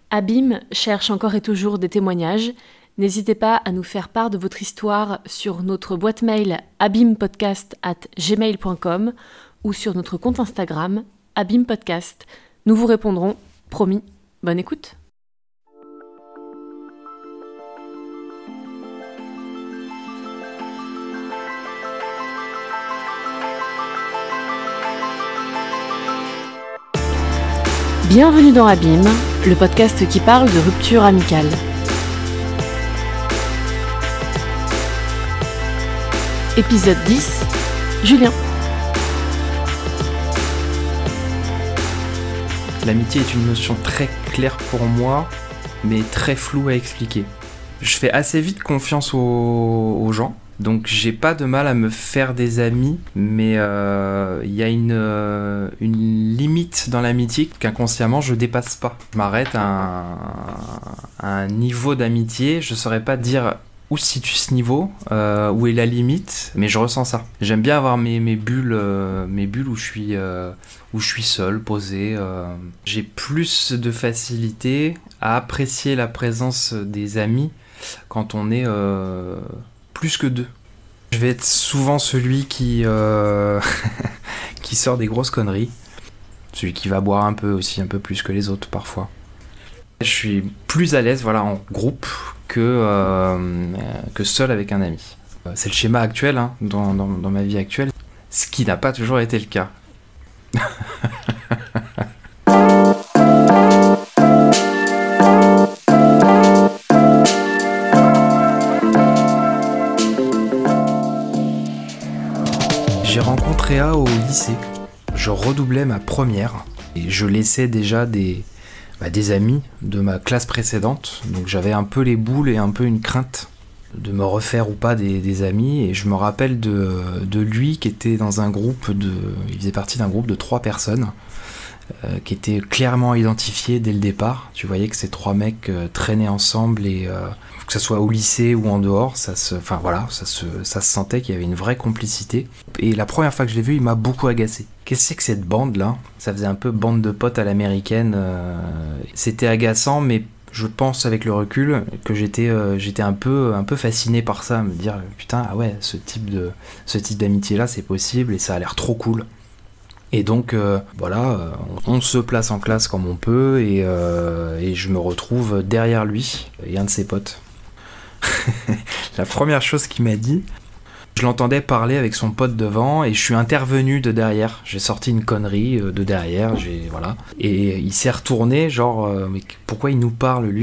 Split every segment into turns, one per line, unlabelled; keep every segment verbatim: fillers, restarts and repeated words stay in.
Abîme cherche encore et toujours des témoignages. N'hésitez pas à nous faire part de votre histoire sur notre boîte mail abîmepodcast arobase gmail point com ou sur notre compte Instagram abîmepodcast. Nous vous répondrons, promis. Bonne écoute. Bienvenue dans Abîme, le podcast qui parle de rupture amicale. Épisode dix, Julien.
L'amitié est une notion très claire pour moi, mais très floue à expliquer. Je fais assez vite confiance aux, aux gens, donc j'ai pas de mal à me faire des amis, mais il euh, y a une, euh, une limite dans l'amitié qu'inconsciemment je dépasse pas. Je m'arrête à un, à un niveau d'amitié, je saurais pas dire où se situe ce niveau, euh, où est la limite, mais je ressens ça. J'aime bien avoir mes, mes bulles, euh, mes bulles où je suis, euh, où je suis seul, posé. Euh. J'ai plus de facilité à apprécier la présence des amis quand on est euh, plus que deux. Je vais être souvent celui qui, euh, qui sort des grosses conneries, celui qui va boire un peu aussi, un peu plus que les autres parfois. Je suis plus à l'aise, voilà, en groupe que, euh, que seul avec un ami. C'est le schéma actuel, hein, dans, dans, dans ma vie actuelle, ce qui n'a pas toujours été le cas. J'ai rencontré A au lycée. Je redoublais ma première et je laissais déjà des... Bah, des amis de ma classe précédente, donc j'avais un peu les boules et un peu une crainte de me refaire ou pas des, des amis, et je me rappelle de, de lui qui était dans un groupe de... il faisait partie d'un groupe de trois personnes, euh, qui étaient clairement identifiés dès le départ. Tu voyais que ces trois mecs euh, traînaient ensemble, et euh, que ce soit au lycée ou en dehors, ça se, enfin, voilà, ça, se, ça se sentait qu'il y avait une vraie complicité. Et la première fois que je l'ai vu, il m'a beaucoup agacé. Qu'est-ce que c'est que cette bande-là ? Ça faisait un peu bande de potes à l'américaine. Euh, c'était agaçant, mais je pense avec le recul que j'étais, euh, j'étais un peu, un peu fasciné par ça, me dire putain, ah ouais, ce type de, ce type d'amitié-là, c'est possible et ça a l'air trop cool. Et donc euh, voilà, on, on se place en classe comme on peut, et, euh, et je me retrouve derrière lui et un de ses potes. La première chose qu'il m'a dit, je l'entendais parler avec son pote devant, et je suis intervenu de derrière. J'ai sorti une connerie de derrière, j'ai, voilà. Et il s'est retourné, genre, euh, mais pourquoi il nous parle, lui ?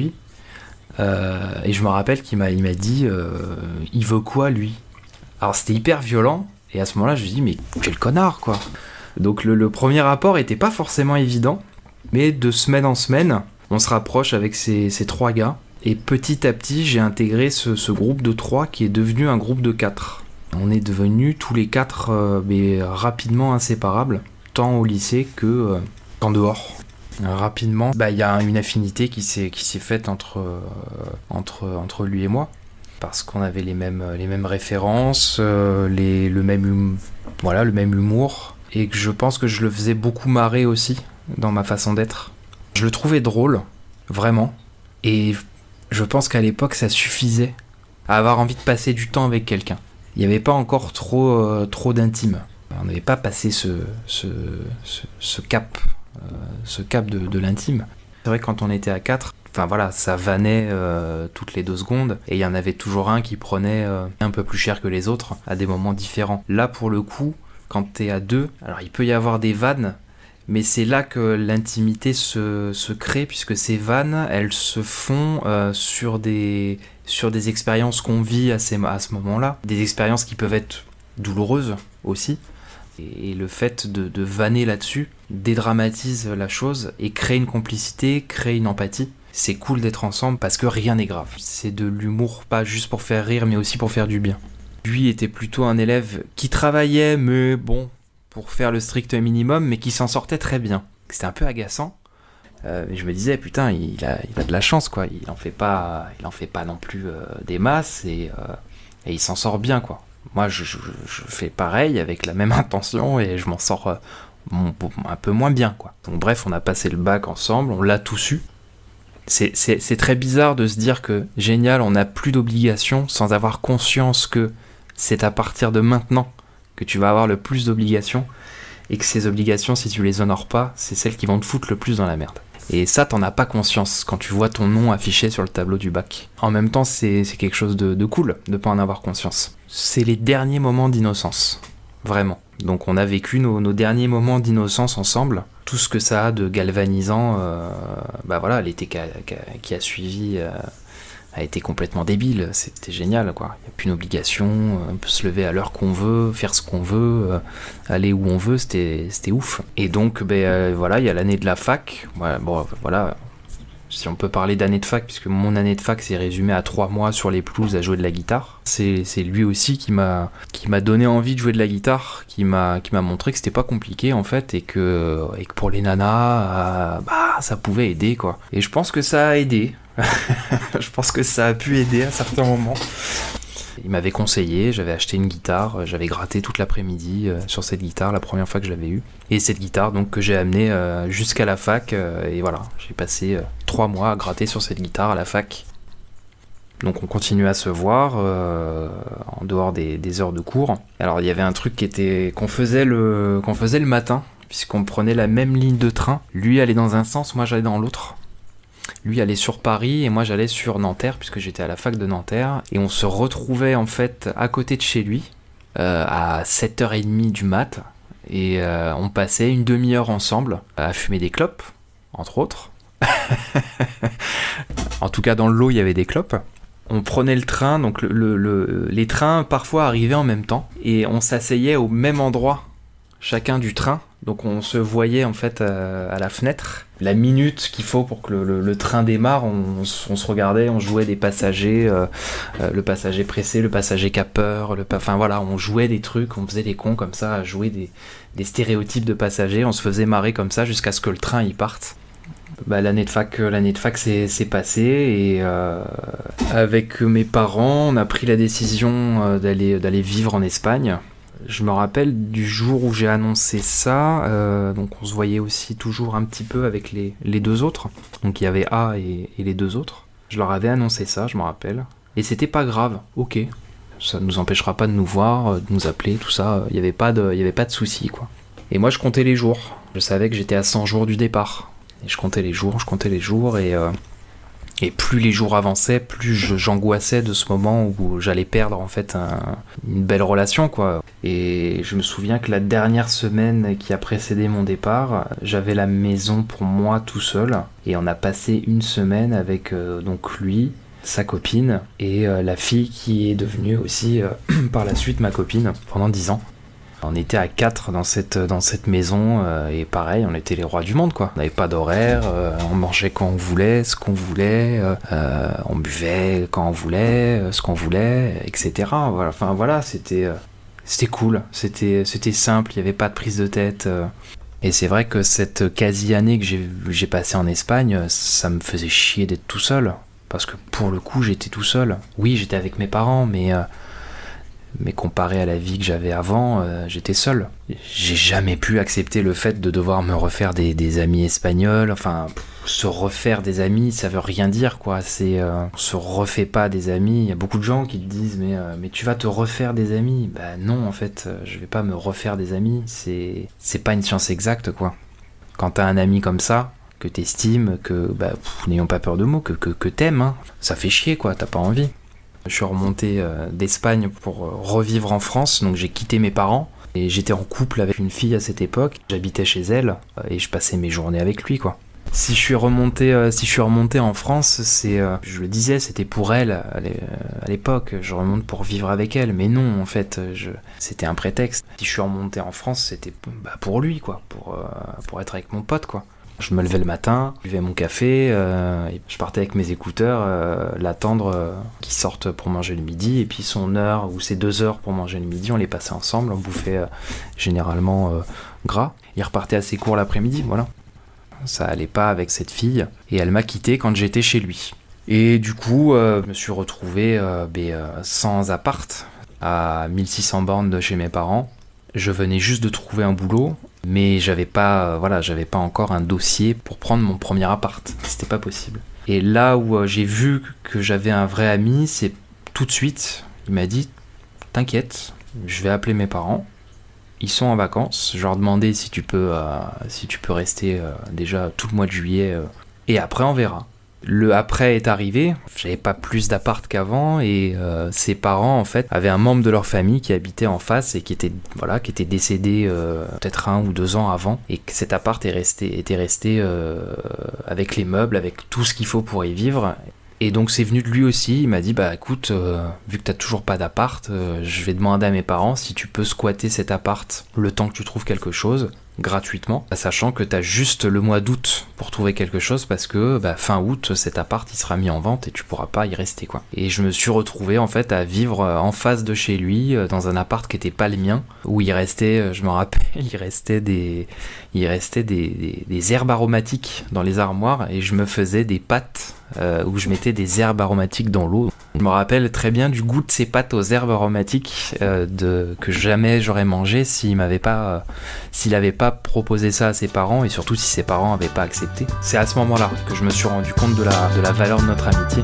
euh, Et je me rappelle qu'il m'a, il m'a dit, euh, il veut quoi, lui ? Alors c'était hyper violent, et à ce moment-là, je me dis, mais quel connard, quoi. Donc le, le premier rapport était pas forcément évident, mais de semaine en semaine, on se rapproche avec ces, ces trois gars, et petit à petit, j'ai intégré ce, ce groupe de trois qui est devenu un groupe de quatre. On est devenus tous les quatre euh, mais rapidement inséparables, tant au lycée que, euh, qu'en dehors. Euh, rapidement, bah, y a une affinité qui s'est, qui s'est faite entre, euh, entre, entre lui et moi, parce qu'on avait les mêmes, les mêmes références, euh, les, le, même hum, voilà, le même humour, et que je pense que je le faisais beaucoup marrer aussi dans ma façon d'être. Je le trouvais drôle, vraiment, et je pense qu'à l'époque ça suffisait à avoir envie de passer du temps avec quelqu'un. Il n'y avait pas encore trop, euh, trop d'intime. On n'avait pas passé ce, ce, ce, ce cap, euh, ce cap de, de l'intime. C'est vrai que quand on était à quatre, enfin voilà, ça vannait euh, toutes les deux secondes, et il y en avait toujours un qui prenait euh, un peu plus cher que les autres à des moments différents. Là, pour le coup, quand t'es à deux, alors il peut y avoir des vannes, mais c'est là que l'intimité se, se crée, puisque ces vannes, elles se font euh, sur des, sur des expériences qu'on vit à, ces, à ce moment-là, des expériences qui peuvent être douloureuses aussi, et, et le fait de, de vanner là-dessus dédramatise la chose et crée une complicité, crée une empathie. C'est cool d'être ensemble parce que rien n'est grave. C'est de l'humour, pas juste pour faire rire, mais aussi pour faire du bien. Lui était plutôt un élève qui travaillait, mais bon, pour faire le strict minimum, mais qui s'en sortait très bien. C'était un peu agaçant. Euh, je me disais, putain, il a, il a de la chance, quoi. Il en fait pas, il en fait pas non plus euh, des masses, et, euh, et il s'en sort bien, quoi. Moi, je, je, je fais pareil, avec la même intention, et je m'en sors euh, un peu moins bien, quoi. Donc bref, on a passé le bac ensemble, on l'a tous eu. C'est, c'est, c'est très bizarre de se dire que, génial, on n'a plus d'obligations sans avoir conscience que c'est à partir de maintenant que tu vas avoir le plus d'obligations et que ces obligations, si tu les honores pas, c'est celles qui vont te foutre le plus dans la merde. Et ça, t'en as pas conscience quand tu vois ton nom affiché sur le tableau du bac. En même temps, c'est, c'est quelque chose de, de cool de pas en avoir conscience. C'est les derniers moments d'innocence, vraiment. Donc on a vécu nos, nos derniers moments d'innocence ensemble. Tout ce que ça a de galvanisant, euh, bah voilà, l'été qui a, qui a, qui a suivi euh, a été complètement débile. C'était génial, quoi. Il n'y a plus d'obligation, on peut se lever à l'heure qu'on veut, faire ce qu'on veut, euh, aller où on veut, c'était, c'était ouf. Et donc, ben, euh, voilà, il y a l'année de la fac. Ouais, bon, voilà, si on peut parler d'année de fac, puisque mon année de fac s'est résumée à trois mois sur les pelouses à jouer de la guitare. C'est, c'est lui aussi qui m'a, qui m'a donné envie de jouer de la guitare, qui m'a, qui m'a montré que c'était pas compliqué en fait, et que, et que pour les nanas, euh, bah, ça pouvait aider, quoi. Et je pense que ça a aidé. Je pense que ça a pu aider à certains moments. Il m'avait conseillé, j'avais acheté une guitare, j'avais gratté toute l'après-midi euh, sur cette guitare, la première fois que je l'avais eue. Et cette guitare donc que j'ai amenée euh, jusqu'à la fac, euh, et voilà, j'ai passé euh, trois mois à gratter sur cette guitare à la fac. Donc on continue à se voir euh, en dehors des, des heures de cours. Alors il y avait un truc qui était qu'on faisait le, qu'on faisait le matin, puisqu'on prenait la même ligne de train. Lui allait dans un sens, moi j'allais dans l'autre. Lui allait sur Paris et moi j'allais sur Nanterre puisque j'étais à la fac de Nanterre et on se retrouvait en fait à côté de chez lui euh, à sept heures trente du mat et euh, on passait une demi-heure ensemble à fumer des clopes, entre autres. En tout cas dans le lot il y avait des clopes. On prenait le train, donc le, le, le, les trains parfois arrivaient en même temps et on s'asseyait au même endroit chacun du train. Donc on se voyait en fait à, à la fenêtre. La minute qu'il faut pour que le, le, le train démarre, on, on, on se regardait, on jouait des passagers, euh, euh, le passager pressé, le passager qui a peur, le, enfin voilà, on jouait des trucs, on faisait des cons comme ça, à jouer des, des stéréotypes de passagers, on se faisait marrer comme ça jusqu'à ce que le train y parte. Bah, l'année de fac, l'année de fac s'est, s'est passée et euh, avec mes parents, on a pris la décision euh, d'aller, d'aller vivre en Espagne. Je me rappelle du jour où j'ai annoncé ça, euh, donc on se voyait aussi toujours un petit peu avec les, les deux autres. Donc il y avait A et, et les deux autres. Je leur avais annoncé ça, je me rappelle. Et c'était pas grave, ok. Ça ne nous empêchera pas de nous voir, de nous appeler, tout ça. Il n'y avait pas de, il y avait pas de soucis, quoi. Et moi je comptais les jours. Je savais que j'étais à cent jours du départ. Et je comptais les jours, je comptais les jours et... Euh, Et plus les jours avançaient, plus je, j'angoissais de ce moment où j'allais perdre en fait un, une belle relation, quoi. Et je me souviens que la dernière semaine qui a précédé mon départ, j'avais la maison pour moi tout seul. Et on a passé une semaine avec euh, donc lui, sa copine, et euh, la fille qui est devenue aussi euh, par la suite ma copine pendant dix ans. On était à quatre dans cette, dans cette maison euh, et pareil, on était les rois du monde, quoi. On n'avait pas d'horaire, euh, on mangeait quand on voulait, ce qu'on voulait, euh, on buvait quand on voulait, ce qu'on voulait, et cetera. Voilà. Enfin voilà, c'était, euh, c'était cool, c'était, c'était simple, il n'y avait pas de prise de tête. Euh. Et c'est vrai que cette quasi-année que j'ai, j'ai passée en Espagne, ça me faisait chier d'être tout seul. Parce que pour le coup, j'étais tout seul. Oui, j'étais avec mes parents, mais... Euh, mais comparé à la vie que j'avais avant, euh, j'étais seul. J'ai jamais pu accepter le fait de devoir me refaire des, des amis espagnols. Enfin, pff, se refaire des amis, ça veut rien dire, quoi. C'est, euh, on se refait pas des amis. Il y a beaucoup de gens qui te disent, mais, euh, mais tu vas te refaire des amis. Bah non, en fait, euh, je vais pas me refaire des amis. C'est, c'est pas une science exacte, quoi. Quand t'as un ami comme ça, que t'estimes, que, bah, pff, n'ayons pas peur de mots, que, que, que t'aimes, hein, ça fait chier, quoi. T'as pas envie. Je suis remonté euh, d'Espagne pour euh, revivre en France, donc j'ai quitté mes parents et j'étais en couple avec une fille à cette époque. J'habitais chez elle euh, et je passais mes journées avec lui, quoi. Si je suis remonté, euh, si je suis remonté en France, c'est, euh, je le disais, c'était pour elle à l'époque. Je remonte pour vivre avec elle, mais non, en fait, je, c'était un prétexte. Si je suis remonté en France, c'était bah, pour lui, quoi, pour euh, pour être avec mon pote, quoi. Je me levais le matin, je buvais mon café, euh, et je partais avec mes écouteurs, euh, l'attendre euh, qu'il sorte pour manger le midi, et puis son heure ou ses deux heures pour manger le midi, on les passait ensemble, on bouffait euh, généralement euh, gras. Il repartait assez court l'après-midi, voilà. Ça allait pas avec cette fille, et elle m'a quitté quand j'étais chez lui. Et du coup, euh, je me suis retrouvé euh, ben, euh, sans appart, à mille six cents bornes de chez mes parents. Je venais juste de trouver un boulot. Mais j'avais pas, euh, voilà, j'avais pas encore un dossier pour prendre mon premier appart. C'était pas possible. Et là où euh, j'ai vu que j'avais un vrai ami, c'est tout de suite, il m'a dit « T'inquiète, je vais appeler mes parents. Ils sont en vacances. Je leur demandais si tu peux, euh, si tu peux rester euh, déjà tout le mois de juillet. Euh, et après, on verra. » Le après est arrivé, j'avais pas plus d'appart qu'avant et euh, ses parents en fait avaient un membre de leur famille qui habitait en face et qui était voilà qui était décédé euh, peut-être un ou deux ans avant et que cet appart est resté, était resté euh, avec les meubles, avec tout ce qu'il faut pour y vivre. Et donc c'est venu de lui aussi, il m'a dit bah écoute, euh, vu que t'as toujours pas d'appart, euh, je vais demander à mes parents si tu peux squatter cet appart le temps que tu trouves quelque chose, gratuitement, sachant que t'as juste le mois d'août pour trouver quelque chose parce que bah, fin août cet appart il sera mis en vente et tu pourras pas y rester quoi. Et je me suis retrouvé en fait à vivre en face de chez lui dans un appart qui était pas le mien où il restait, je me rappelle, il restait des il restait des, des, des herbes aromatiques dans les armoires et je me faisais des pâtes euh, où je mettais des herbes aromatiques dans l'eau. Je me rappelle très bien du goût de ces pâtes aux herbes aromatiques euh, de, que jamais j'aurais mangé s'il m'avait pas, euh, s'il avait pas proposé ça à ses parents et surtout si ses parents n'avaient pas accepté. C'est à ce moment-là que je me suis rendu compte de la, de la valeur de notre amitié.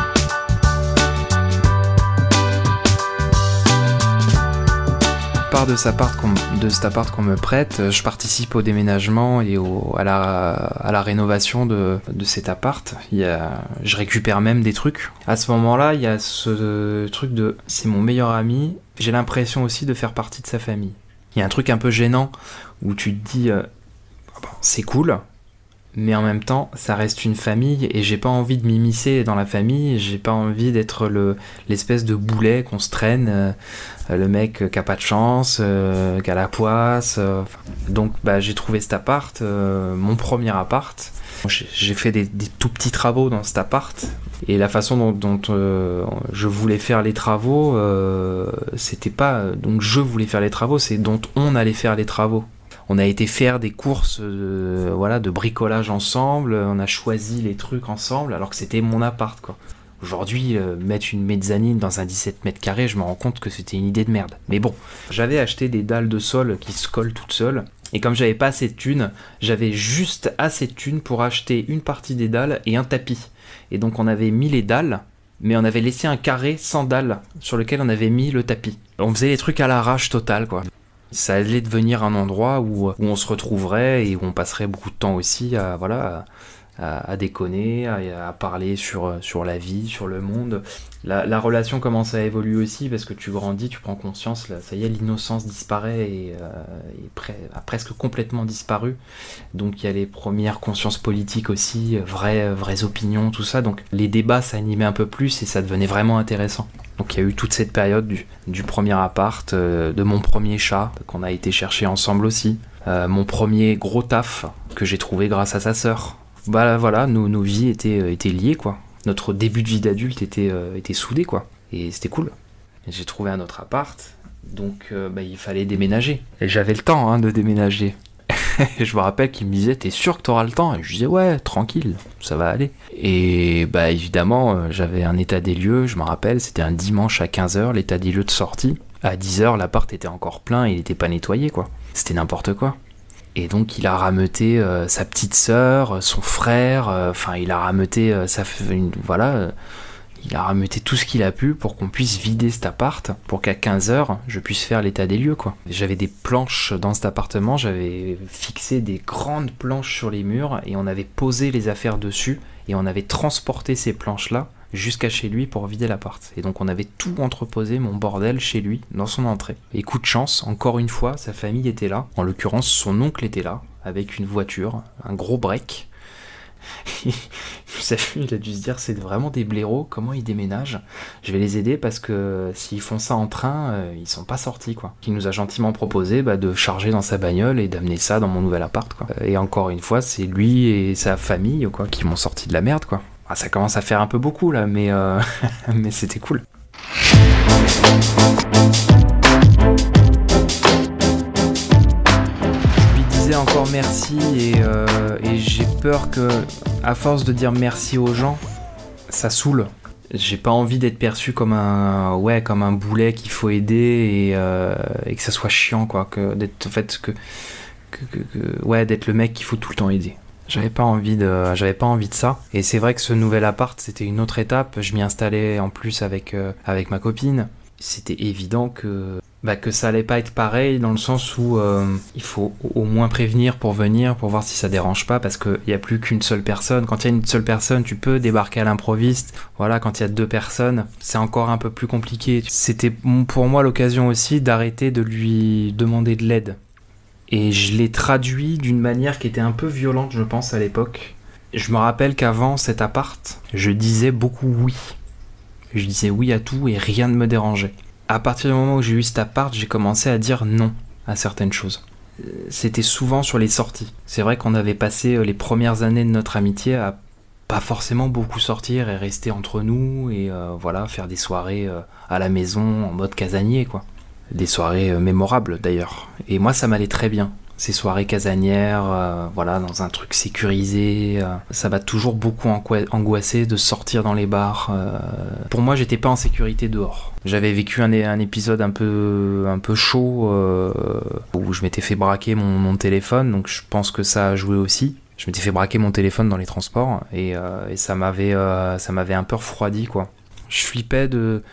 Part de, sa part qu'on, de cet appart qu'on me prête, je participe au déménagement et au, à, la, à la rénovation de, de cet appart. Il y a, je récupère même des trucs. À ce moment-là, il y a ce truc de c'est mon meilleur ami. J'ai l'impression aussi de faire partie de sa famille. Il y a un truc un peu gênant où tu te dis euh, bon, c'est cool, mais en même temps, ça reste une famille et j'ai pas envie de m'immiscer dans la famille. J'ai pas envie d'être le, l'espèce de boulet qu'on se traîne. Euh, le mec qui a pas de chance, euh, qui a la poisse. Euh, donc bah, j'ai trouvé cet appart, euh, mon premier appart. J'ai, j'ai fait des, des tout petits travaux dans cet appart. Et la façon dont, dont euh, je voulais faire les travaux, euh, c'était pas donc je voulais faire les travaux, c'est dont on allait faire les travaux. On a été faire des courses de, voilà, de bricolage ensemble, on a choisi les trucs ensemble alors que c'était mon appart quoi. Aujourd'hui, euh, mettre une mezzanine dans un dix-sept mètres carrés, je me rends compte que c'était une idée de merde. Mais bon, j'avais acheté des dalles de sol qui se collent toutes seules. Et comme j'avais pas assez de thunes, j'avais juste assez de thunes pour acheter une partie des dalles et un tapis. Et donc on avait mis les dalles, mais on avait laissé un carré sans dalles sur lequel on avait mis le tapis. On faisait les trucs à l'arrache totale, quoi. Ça allait devenir un endroit où, où on se retrouverait et où on passerait beaucoup de temps aussi à... voilà, à, à déconner, à, à parler sur, sur la vie, sur le monde. La, la relation commence à évoluer aussi parce que tu grandis, tu prends conscience, là, ça y est, l'innocence disparaît et euh, est pre- a presque complètement disparu. Donc il y a les premières consciences politiques aussi, vraies, vraies opinions, tout ça. Donc les débats s'animaient un peu plus et ça devenait vraiment intéressant. Donc il y a eu toute cette période du, du premier appart, euh, de mon premier chat qu'on a été chercher ensemble aussi, euh, mon premier gros taf que j'ai trouvé grâce à sa sœur. Bah voilà, nos, nos vies étaient, étaient liées quoi. Notre début de vie d'adulte était, euh, était soudé quoi. Et c'était cool. Et j'ai trouvé un autre appart, donc euh, bah, il fallait déménager. Et j'avais le temps hein, de déménager. Et je me rappelle qu'il me disait t'es sûr que t'auras le temps? Et je disais ouais, tranquille, ça va aller. Et bah évidemment, euh, j'avais un état des lieux, je me rappelle, c'était un dimanche à quinze heures, l'état des lieux de sortie. À dix heures, l'appart était encore plein et il était pas nettoyé quoi. C'était n'importe quoi. Et donc il a rameuté euh, sa petite sœur, son frère, enfin euh, il a rameuté euh, sa une, voilà, euh, il a rameuté tout ce qu'il a pu pour qu'on puisse vider cet appart, pour qu'à quinze heures je puisse faire l'état des lieux quoi. J'avais des planches dans cet appartement, j'avais fixé des grandes planches sur les murs et on avait posé les affaires dessus et on avait transporté ces planches là jusqu'à chez lui pour vider l'appart. Et donc on avait tout entreposé, mon bordel, chez lui, dans son entrée. Et coup de chance, encore une fois, sa famille était là. En l'occurrence, son oncle était là, avec une voiture, un gros break. Il a dû se dire, c'est vraiment des blaireaux, comment ils déménagent? Je vais les aider parce que s'ils font ça en train, euh, ils sont pas sortis, quoi. Il nous a gentiment proposé bah, de charger dans sa bagnole et d'amener ça dans mon nouvel appart, quoi. Et encore une fois, c'est lui et sa famille, quoi, qui m'ont sorti de la merde, quoi. Ah, ça commence à faire un peu beaucoup là, mais, euh... mais c'était cool. Je lui disais encore merci et, euh, et j'ai peur que, à force de dire merci aux gens, ça saoule. J'ai pas envie d'être perçu comme un, ouais, comme un boulet qu'il faut aider et, euh, et que ça soit chiant, quoi. Que, d'être, en fait, que, que, que, que ouais, d'être le mec qu'il faut tout le temps aider. J'avais pas envie de, j'avais pas envie de ça. Et c'est vrai que ce nouvel appart, c'était une autre étape. Je m'y installais en plus avec, euh, avec ma copine. C'était évident que, bah, que ça allait pas être pareil dans le sens où euh, il faut au moins prévenir pour venir, pour voir si ça dérange pas, parce qu'il y a plus qu'une seule personne. Quand il y a une seule personne, tu peux débarquer à l'improviste. Voilà, quand il y a deux personnes, c'est encore un peu plus compliqué. C'était pour moi l'occasion aussi d'arrêter de lui demander de l'aide. Et je l'ai traduit d'une manière qui était un peu violente, je pense, à l'époque. Je me rappelle qu'avant cet appart, je disais beaucoup oui. Je disais oui à tout et rien ne me dérangeait. À partir du moment où j'ai eu cet appart, j'ai commencé à dire non à certaines choses. C'était souvent sur les sorties. C'est vrai qu'on avait passé les premières années de notre amitié à pas forcément beaucoup sortir et rester entre nous et euh, voilà, faire des soirées euh, à la maison en mode casanier, quoi. Des soirées euh, mémorables d'ailleurs. Et moi ça m'allait très bien. Ces soirées casanières, euh, voilà, dans un truc sécurisé. Euh, ça m'a toujours beaucoup angoissé de sortir dans les bars. Euh, pour moi, j'étais pas en sécurité dehors. J'avais vécu un, un épisode un peu, un peu chaud euh, où je m'étais fait braquer mon, mon téléphone, donc je pense que ça a joué aussi. Je m'étais fait braquer mon téléphone dans les transports et, euh, et ça m'avait, euh, ça m'avait un peu refroidi, quoi. Je flippais de...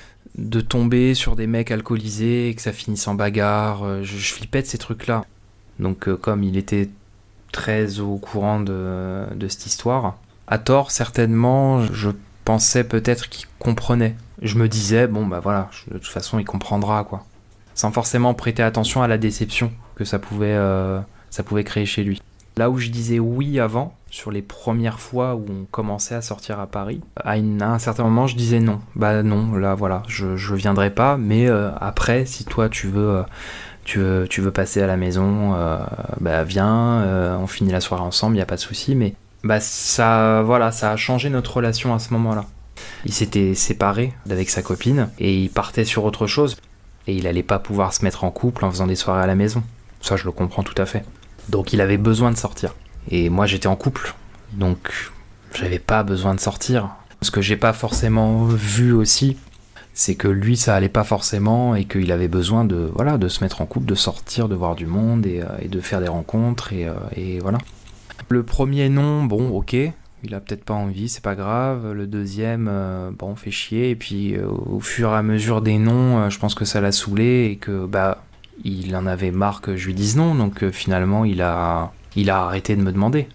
de tomber sur des mecs alcoolisés et que ça finisse en bagarre. Je, je flippais de ces trucs-là. Donc euh, comme il était très au courant de, de cette histoire, à tort certainement, je pensais peut-être qu'il comprenait. Je me disais, bon bah voilà, je, de toute façon il comprendra, quoi. Sans forcément prêter attention à la déception que ça pouvait, euh, ça pouvait créer chez lui. Là où je disais oui avant, sur les premières fois où on commençait à sortir à Paris, à, une, à un certain moment je disais non. Bah non, là voilà, je, je viendrai pas, mais euh, après, si toi tu veux, euh, tu veux, tu veux passer à la maison, euh, bah viens, euh, on finit la soirée ensemble, y a pas de souci, mais bah ça, voilà, ça a changé notre relation à ce moment-là. Il s'était séparé avec sa copine et il partait sur autre chose, et il allait pas pouvoir se mettre en couple en faisant des soirées à la maison. Ça, je le comprends tout à fait. Donc il avait besoin de sortir. Et moi j'étais en couple, donc j'avais pas besoin de sortir. Ce que j'ai pas forcément vu aussi, c'est que lui ça allait pas forcément et qu'il avait besoin de, voilà, de se mettre en couple, de sortir, de voir du monde et, euh, et de faire des rencontres et, euh, et voilà. Le premier non, bon ok, il a peut-être pas envie, c'est pas grave. Le deuxième, euh, bon, fait chier. Et puis euh, au fur et à mesure des noms, euh, je pense que ça l'a saoulé et que bah il en avait marre que je lui dise non, donc euh, finalement il a, il a arrêté de me demander.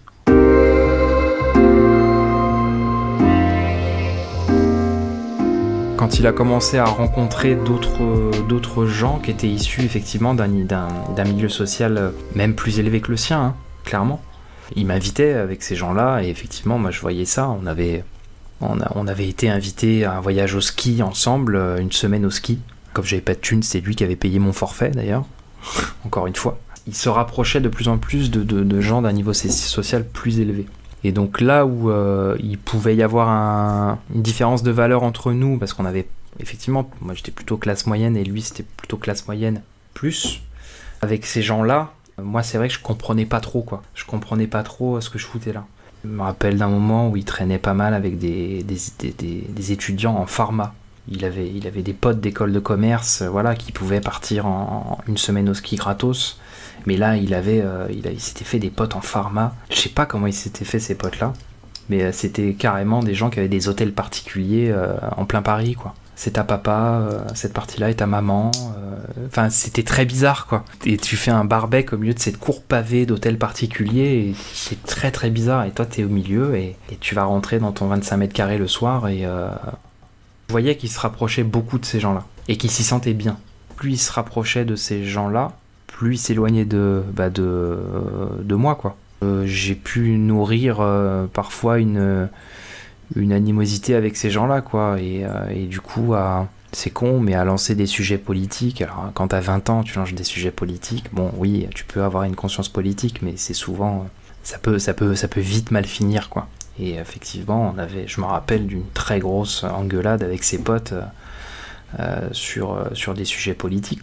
Quand il a commencé à rencontrer d'autres, d'autres gens qui étaient issus effectivement d'un, d'un, d'un milieu social même plus élevé que le sien, hein, clairement, il m'invitait avec ces gens-là et effectivement moi je voyais ça. On avait, on, a, on avait été invités à un voyage au ski ensemble, une semaine au ski. Comme j'avais pas de thunes, c'est lui qui avait payé mon forfait d'ailleurs, encore une fois. Il se rapprochait de plus en plus de, de, de gens d'un niveau social plus élevé. Et donc là où euh, il pouvait y avoir un, une différence de valeur entre nous, parce qu'on avait effectivement, moi j'étais plutôt classe moyenne et lui c'était plutôt classe moyenne plus, avec ces gens-là, moi c'est vrai que je comprenais pas trop, quoi. Je comprenais pas trop ce que je foutais là. Je me rappelle d'un moment où il traînait pas mal avec des, des, des, des, des étudiants en pharma. Il avait, il avait des potes d'école de commerce, voilà, qui pouvaient partir en, en une semaine au ski gratos. Mais là, il avait, euh, il, a, il s'était fait des potes en pharma. Je sais pas comment il s'était fait ces potes-là, mais euh, c'était carrément des gens qui avaient des hôtels particuliers euh, en plein Paris, quoi. C'est ta papa, euh, cette partie-là est ta maman. Enfin, euh, c'était très bizarre, quoi. Et tu fais un barbecue au milieu de cette cour pavée d'hôtels particuliers, et c'est très très bizarre. Et toi, t'es au milieu, et, et tu vas rentrer dans ton vingt-cinq mètres carrés le soir, et euh, je voyais qu'il se rapprochait beaucoup de ces gens-là, et qu'il s'y sentait bien. Plus il se rapprochait de ces gens-là, plus il s'éloignait de, bah de, de moi, quoi. Euh, j'ai pu nourrir euh, parfois une, une animosité avec ces gens-là, quoi. Et, euh, et du coup, à, c'est con, mais à lancer des sujets politiques. Alors, quand t'as vingt ans, tu lances des sujets politiques. Bon, oui, tu peux avoir une conscience politique, mais c'est souvent... Ça peut, ça peut, ça peut vite mal finir, quoi. Et effectivement, on avait, je me rappelle d'une très grosse engueulade avec ses potes euh, sur, sur des sujets politiques, quoi.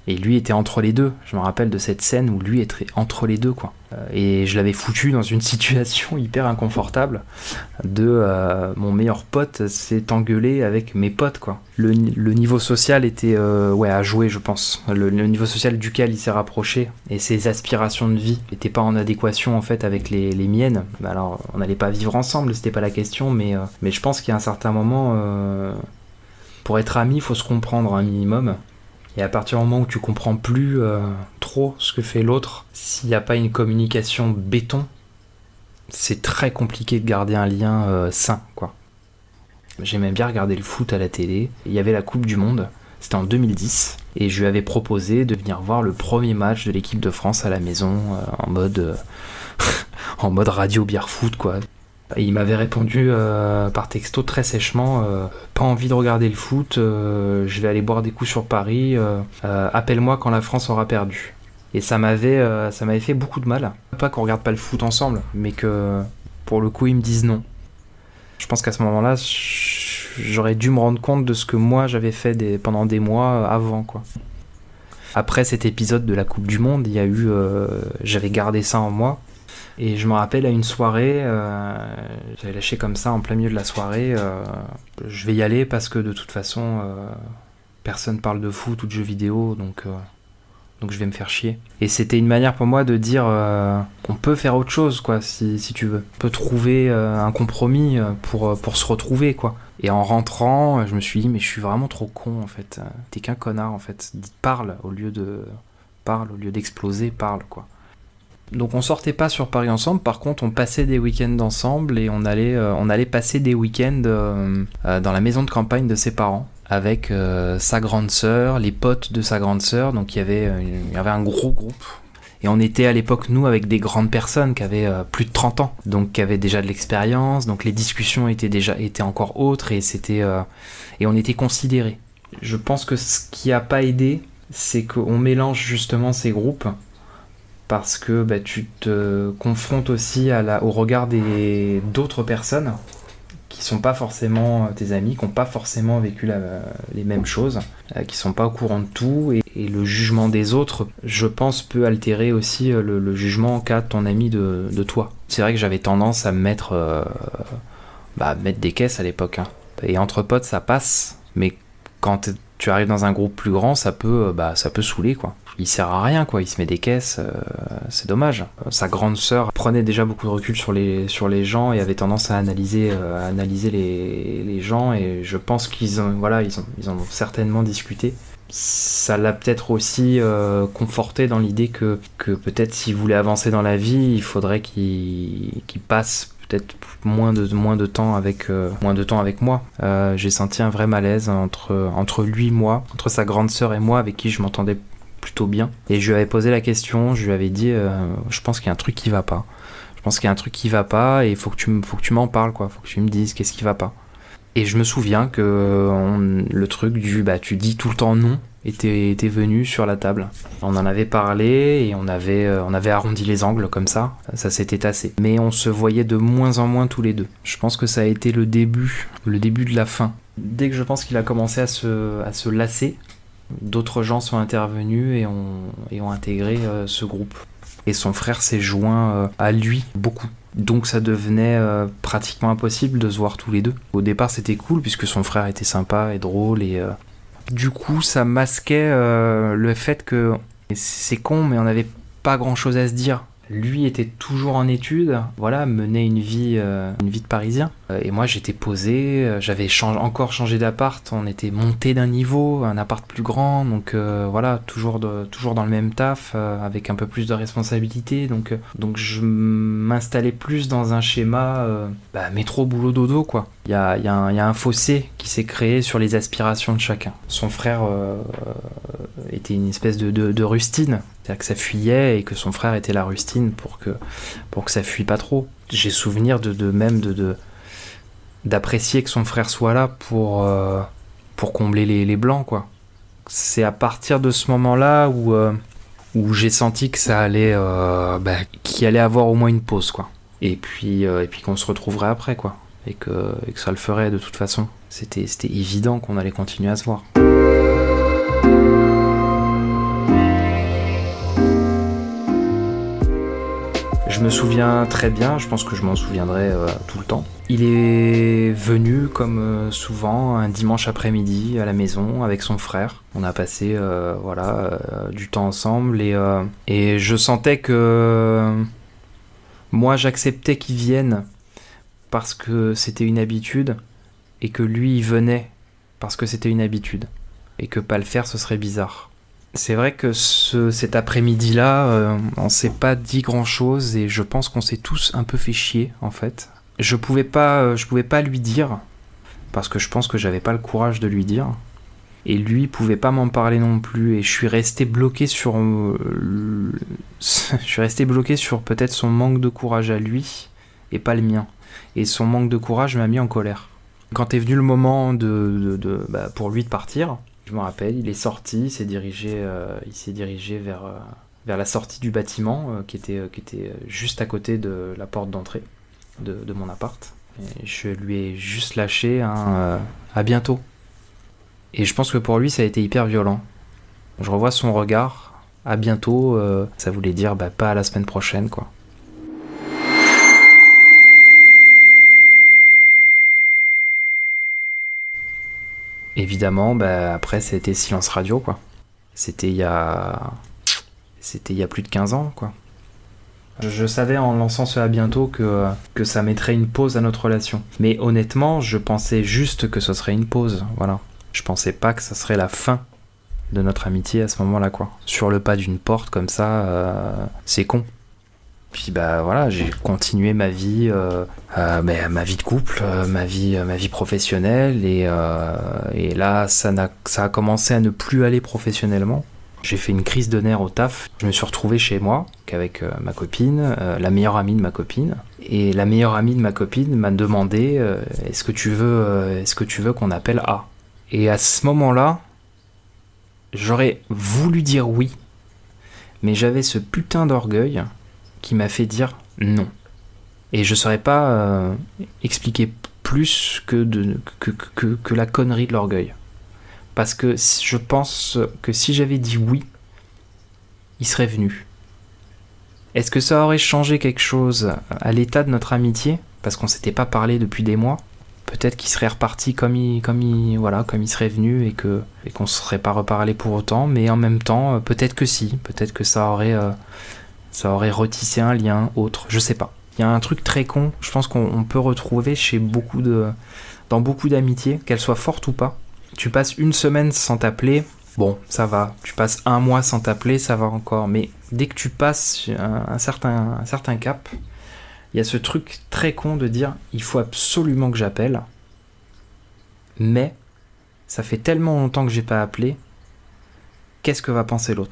Et lui était entre les deux. Je me rappelle de cette scène où lui était entre les deux, quoi. Et je l'avais foutu dans une situation hyper inconfortable de euh, mon meilleur pote s'est engueulé avec mes potes, quoi. Le, le niveau social était euh, ouais, à jouer, je pense. Le, le niveau social duquel il s'est rapproché et ses aspirations de vie n'étaient pas en adéquation en fait avec les, les miennes. Alors on n'allait pas vivre ensemble, c'était pas la question, mais, euh, mais je pense qu'à un certain moment, euh, pour être amis, il faut se comprendre un minimum. Et à partir du moment où tu comprends plus euh, trop ce que fait l'autre, s'il n'y a pas une communication béton, c'est très compliqué de garder un lien euh, sain, quoi. J'aimais bien regarder le foot à la télé. Il y avait la Coupe du Monde, c'était en deux mille dix, et je lui avais proposé de venir voir le premier match de l'équipe de France à la maison, euh, en mode euh, en mode radio bière foot, quoi. Et il m'avait répondu euh, par texto très sèchement euh, pas envie de regarder le foot, euh, je vais aller boire des coups sur Paris, euh, euh, appelle-moi quand la France aura perdu. Et ça m'avait, euh, ça m'avait fait beaucoup de mal. Pas qu'on regarde pas le foot ensemble, mais que pour le coup ils me disent non. Je pense qu'à ce moment-là, j'aurais dû me rendre compte de ce que moi j'avais fait des, pendant des mois avant, quoi. Après cet épisode de la Coupe du Monde, il y a eu, euh, j'avais gardé ça en moi. Et je me rappelle à une soirée, euh, j'avais lâché comme ça en plein milieu de la soirée, euh, je vais y aller parce que de toute façon, euh, personne parle de foot ou de jeux vidéo, donc, euh, donc je vais me faire chier. Et c'était une manière pour moi de dire, euh, on peut faire autre chose, quoi, si, si tu veux. On peut trouver euh, un compromis pour, pour se retrouver, quoi. Et en rentrant, je me suis dit, mais je suis vraiment trop con, en fait. T'es qu'un connard, en fait. Parle au lieu de... Parle au lieu d'exploser, parle, quoi. Donc on sortait pas sur Paris ensemble, par contre on passait des week-ends ensemble et on allait, euh, on allait passer des week-ends euh, euh, dans la maison de campagne de ses parents avec euh, sa grande sœur, les potes de sa grande sœur, donc il y avait, euh, il y avait un gros groupe. Et on était à l'époque, nous, avec des grandes personnes qui avaient euh, plus de trente ans, donc qui avaient déjà de l'expérience, donc les discussions étaient, déjà, étaient encore autres et, c'était, euh, et on était considérés. Je pense que ce qui a pas aidé, c'est qu'on mélange justement ces groupes parce que bah, tu te confrontes aussi à la, au regard des, d'autres personnes qui sont pas forcément tes amis, qui n'ont pas forcément vécu la, les mêmes choses, euh, qui sont pas au courant de tout, et, et le jugement des autres, je pense, peut altérer aussi le, le jugement qu'a ton ami de, de toi. C'est vrai que j'avais tendance à me mettre, euh, bah, mettre des caisses à l'époque, hein. Et entre potes ça passe, mais quand tu arrives dans un groupe plus grand, ça peut, bah, ça peut saouler, quoi. Il sert à rien, quoi, il se met des caisses, euh, c'est dommage. Sa grande sœur prenait déjà beaucoup de recul sur les, sur les gens et avait tendance à analyser, euh, à analyser les, les gens, et je pense qu'ils ont, voilà, ils ont, ils ont certainement discuté. Ça l'a peut-être aussi euh, conforté dans l'idée que, que peut-être s'il voulait avancer dans la vie, il faudrait qu'il, qu'il passe peut-être moins de, moins de temps avec, euh, moins de temps avec moi. Euh, j'ai senti un vrai malaise entre, entre lui et moi, entre sa grande sœur et moi, avec qui je m'entendais plutôt bien. Et je lui avais posé la question, je lui avais dit, euh, je pense qu'il y a un truc qui va pas. Je pense qu'il y a un truc qui va pas et il faut que tu, faut que tu m'en parles, quoi. Faut que tu me dises qu'est-ce qui va pas. Et je me souviens que on, le truc du bah tu dis tout le temps non était, était venu sur la table. On en avait parlé et on avait, euh, on avait arrondi les angles comme ça, ça s'était tassé. Mais on se voyait de moins en moins tous les deux. Je pense que ça a été le début, le début de la fin. Dès que je pense qu'il a commencé à se, à se lasser, d'autres gens sont intervenus et ont, et ont intégré euh, ce groupe. Et son frère s'est joint euh, à lui beaucoup. Donc ça devenait euh, pratiquement impossible de se voir tous les deux. Au départ c'était cool puisque son frère était sympa et drôle et euh, du coup ça masquait euh, le fait que c'est con mais on n'avait pas grand chose à se dire. Lui était toujours en études, voilà, menait une vie, euh, une vie de Parisien. Euh, et moi j'étais posé, euh, j'avais chang- encore changé d'appart, on était monté d'un niveau, un appart plus grand, donc euh, voilà, toujours, de, toujours dans le même taf, euh, avec un peu plus de responsabilité. Donc, euh, donc je m'installais plus dans un schéma euh, bah, métro, boulot, dodo, quoi. Il y a, y a un, y a un fossé qui s'est créé sur les aspirations de chacun. Son frère euh, était une espèce de, de, de rustine. C'est-à-dire que ça fuyait et que son frère était la rustine pour que, pour que ça fuit pas trop. J'ai souvenir de, de même de, de, d'apprécier que son frère soit là pour, euh, pour combler les, les blancs, quoi. C'est à partir de ce moment-là où, euh, où j'ai senti que ça allait, euh, bah, qu'il allait avoir au moins une pause, quoi. Et puis, euh, et puis qu'on se retrouverait après, quoi. Et que, et que ça le ferait de toute façon. C'était, c'était évident qu'on allait continuer à se voir. me souviens très bien, je pense que je m'en souviendrai euh, tout le temps. Il est venu, comme euh, souvent, un dimanche après-midi à la maison avec son frère. On a passé euh, voilà, euh, du temps ensemble et, euh, et je sentais que euh, moi j'acceptais qu'il vienne parce que c'était une habitude et que lui il venait parce que c'était une habitude et que pas le faire ce serait bizarre. C'est vrai que ce, cet après-midi-là, euh, on s'est pas dit grand-chose et je pense qu'on s'est tous un peu fait chier en fait. Je pouvais pas, euh, je pouvais pas lui dire parce que je pense que j'avais pas le courage de lui dire et lui pouvait pas m'en parler non plus et je suis resté bloqué sur, euh, le... je suis resté bloqué sur peut-être son manque de courage à lui et pas le mien. Et son manque de courage m'a mis en colère. Quand est venu le moment de, de, de bah, pour lui de partir. Je me rappelle, il est sorti, il s'est dirigé, euh, il s'est dirigé vers, euh, vers la sortie du bâtiment euh, qui, était, euh, qui était juste à côté de la porte d'entrée de, de mon appart. Et je lui ai juste lâché un euh, à bientôt. Et je pense que pour lui, ça a été hyper violent. Je revois son regard, à bientôt, euh, ça voulait dire bah, pas à la semaine prochaine, quoi. Évidemment, bah, après, c'était silence radio, quoi. C'était il y a... C'était il y a plus de quinze ans, quoi. Je savais en lançant ce à bientôt que, que ça mettrait une pause à notre relation. Mais honnêtement, je pensais juste que ce serait une pause, voilà. Je pensais pas que ça serait la fin de notre amitié à ce moment-là, quoi. Sur le pas d'une porte, comme ça, euh, c'est con. Puis bah voilà, j'ai continué ma vie, euh, euh, bah, ma vie de couple, euh, ma vie, euh, ma vie professionnelle, et, euh, et là ça, n'a, ça a commencé à ne plus aller professionnellement. J'ai fait une crise de nerfs au taf. Je me suis retrouvé chez moi avec euh, ma copine, euh, la meilleure amie de ma copine, et la meilleure amie de ma copine m'a demandé euh, est-ce que tu veux, euh, est-ce que tu veux qu'on appelle A. Et à ce moment-là, j'aurais voulu dire oui, mais j'avais ce putain d'orgueil qui m'a fait dire non. Et je ne saurais pas euh, expliquer plus que, de, que, que, que la connerie de l'orgueil. Parce que je pense que si j'avais dit oui, il serait venu. Est-ce que ça aurait changé quelque chose à l'état de notre amitié ? Parce qu'on ne s'était pas parlé depuis des mois. Peut-être qu'il serait reparti comme il, comme il, voilà, comme il serait venu et, que, et qu'on ne se serait pas reparlé pour autant. Mais en même temps, peut-être que si. Peut-être que ça aurait... Euh, ça aurait retissé un lien autre, je sais pas. Il y a un truc très con, je pense qu'on on peut retrouver chez beaucoup de, dans beaucoup d'amitiés, qu'elles soient fortes ou pas. Tu passes une semaine sans t'appeler, bon, ça va. Tu passes un mois sans t'appeler, ça va encore. Mais dès que tu passes un, un, certain, un certain cap, il y a ce truc très con de dire, il faut absolument que j'appelle, mais ça fait tellement longtemps que j'ai pas appelé, qu'est-ce que va penser l'autre ?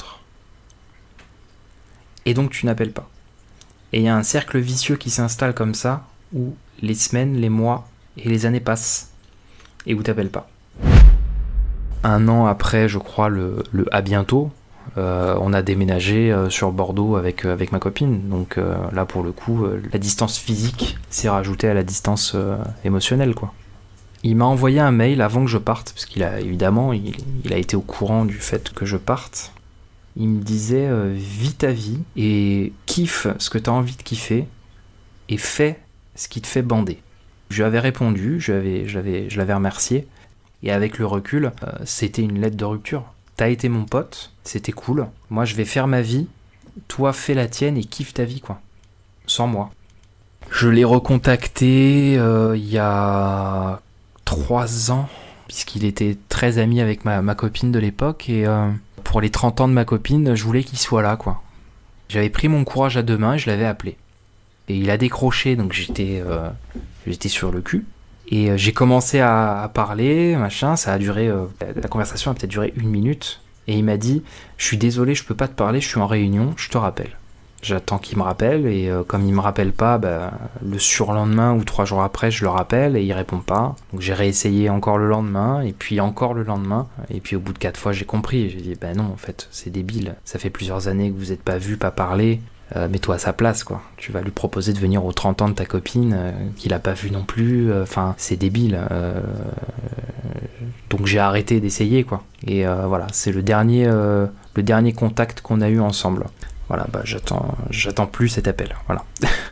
Et donc tu n'appelles pas. Et il y a un cercle vicieux qui s'installe comme ça, où les semaines, les mois et les années passent, et où tu n'appelles pas. Un an après, je crois, le, le à bientôt, euh, on a déménagé euh, sur Bordeaux avec, euh, avec ma copine. Donc euh, là, pour le coup, euh, la distance physique s'est rajoutée à la distance euh, émotionnelle, quoi. Il m'a envoyé un mail avant que je parte, parce qu'il a évidemment, il, il a été au courant du fait que je parte. Il me disait euh, vis ta vie et kiffe ce que tu as envie de kiffer et fais ce qui te fait bander. Je lui avais répondu, je, l'avais, je, l'avais, je l'avais remercié et avec le recul, euh, c'était une lettre de rupture. T'as été mon pote, c'était cool. Moi je vais faire ma vie, toi fais la tienne et kiffe ta vie, quoi. Sans moi. Je l'ai recontacté euh, il y a trois ans, puisqu'il était très ami avec ma, ma copine de l'époque et... Euh, pour les trente ans de ma copine, je voulais qu'il soit là, quoi. J'avais pris mon courage à deux mains et je l'avais appelé. Et il a décroché, donc j'étais, euh, j'étais sur le cul. Et euh, j'ai commencé à, à parler, machin, ça a duré... Euh, la conversation a peut-être duré une minute. Et il m'a dit, je suis désolé, je peux pas te parler, je suis en réunion, je te rappelle. J'attends qu'il me rappelle, et euh, comme il me rappelle pas, bah, le surlendemain ou trois jours après, je le rappelle, et il répond pas. Donc j'ai réessayé encore le lendemain, et puis encore le lendemain, et puis au bout de quatre fois, j'ai compris. J'ai dit, bah non, en fait, c'est débile. Ça fait plusieurs années que vous êtes pas vus, pas parlé. Euh, mets-toi à sa place, quoi. Tu vas lui proposer de venir aux trente ans de ta copine, euh, qu'il a pas vu non plus. Enfin, euh, c'est débile. Euh, donc j'ai arrêté d'essayer, quoi. Et euh, voilà, c'est le dernier, euh, le dernier contact qu'on a eu ensemble. voilà, bah j'attends, j'attends plus cet appel, voilà.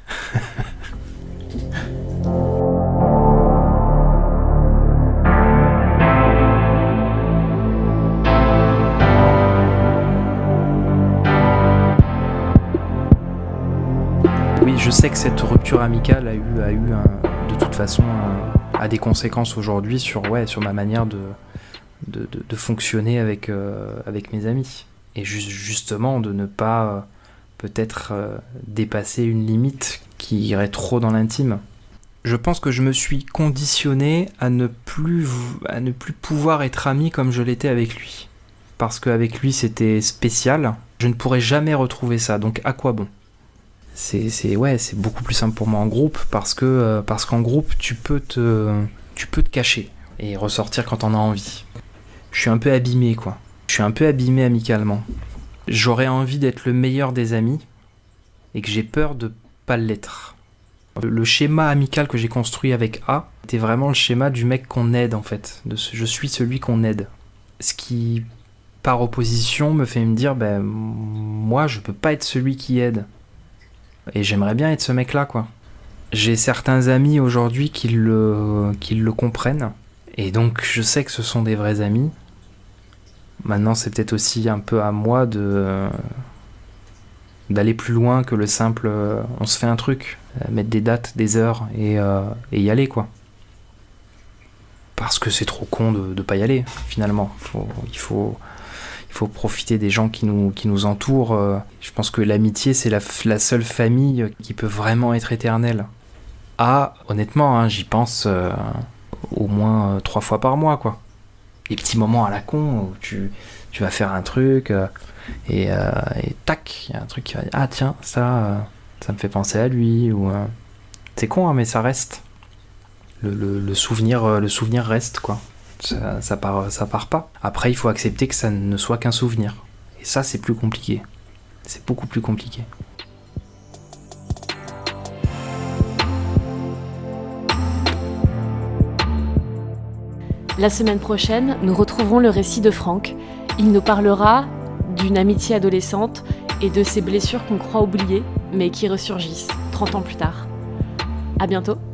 Oui, je sais que cette rupture amicale a eu, a eu un, de toute façon un, a des conséquences aujourd'hui sur, ouais, sur ma manière de, de, de, de fonctionner avec, euh, avec mes amis. Et ju- justement de ne pas euh, peut-être euh, dépasser une limite qui irait trop dans l'intime. Je pense que je me suis conditionné à ne plus, à ne plus pouvoir être ami comme je l'étais avec lui. Parce qu'avec lui c'était spécial, je ne pourrais jamais retrouver ça, donc à quoi bon ? C'est, c'est, ouais, c'est beaucoup plus simple pour moi en groupe parce, que, euh, parce qu'en groupe tu peux, te, tu peux te cacher et ressortir quand t'en as envie. Je suis un peu abîmé quoi. Je suis un peu abîmé amicalement. J'aurais envie d'être le meilleur des amis et que j'ai peur de pas l'être. Le schéma amical que j'ai construit avec A était vraiment le schéma du mec qu'on aide en fait. De ce, je suis celui qu'on aide. Ce qui, par opposition, me fait me dire, ben moi je peux pas être celui qui aide. Et j'aimerais bien être ce mec-là quoi. J'ai certains amis aujourd'hui qui le, qui le comprennent. Et donc je sais que ce sont des vrais amis. Maintenant, c'est peut-être aussi un peu à moi de euh, d'aller plus loin que le simple euh, on se fait un truc, euh, mettre des dates, des heures et, euh, et y aller quoi. Parce que c'est trop con de ne pas y aller finalement. Faut, il, faut, il faut profiter des gens qui nous, qui nous entourent. Euh, je pense que l'amitié, c'est la, la seule famille qui peut vraiment être éternelle. Ah, honnêtement, hein, j'y pense euh, au moins euh, trois fois par mois quoi. Des petits moments à la con où tu, tu vas faire un truc euh, et, euh, et tac, il y a un truc qui va dire ah tiens, ça, euh, ça me fait penser à lui. Ou, euh, c'est con, hein, mais ça reste. Le, le, le, souvenir, euh, le souvenir reste, quoi. Ça, ça, part, ça part pas. Après, il faut accepter que ça ne soit qu'un souvenir. Et ça, c'est plus compliqué. C'est beaucoup plus compliqué.
La semaine prochaine, nous retrouverons le récit de Franck. Il nous parlera d'une amitié adolescente et de ces blessures qu'on croit oublier, mais qui ressurgissent trente ans plus tard. À bientôt.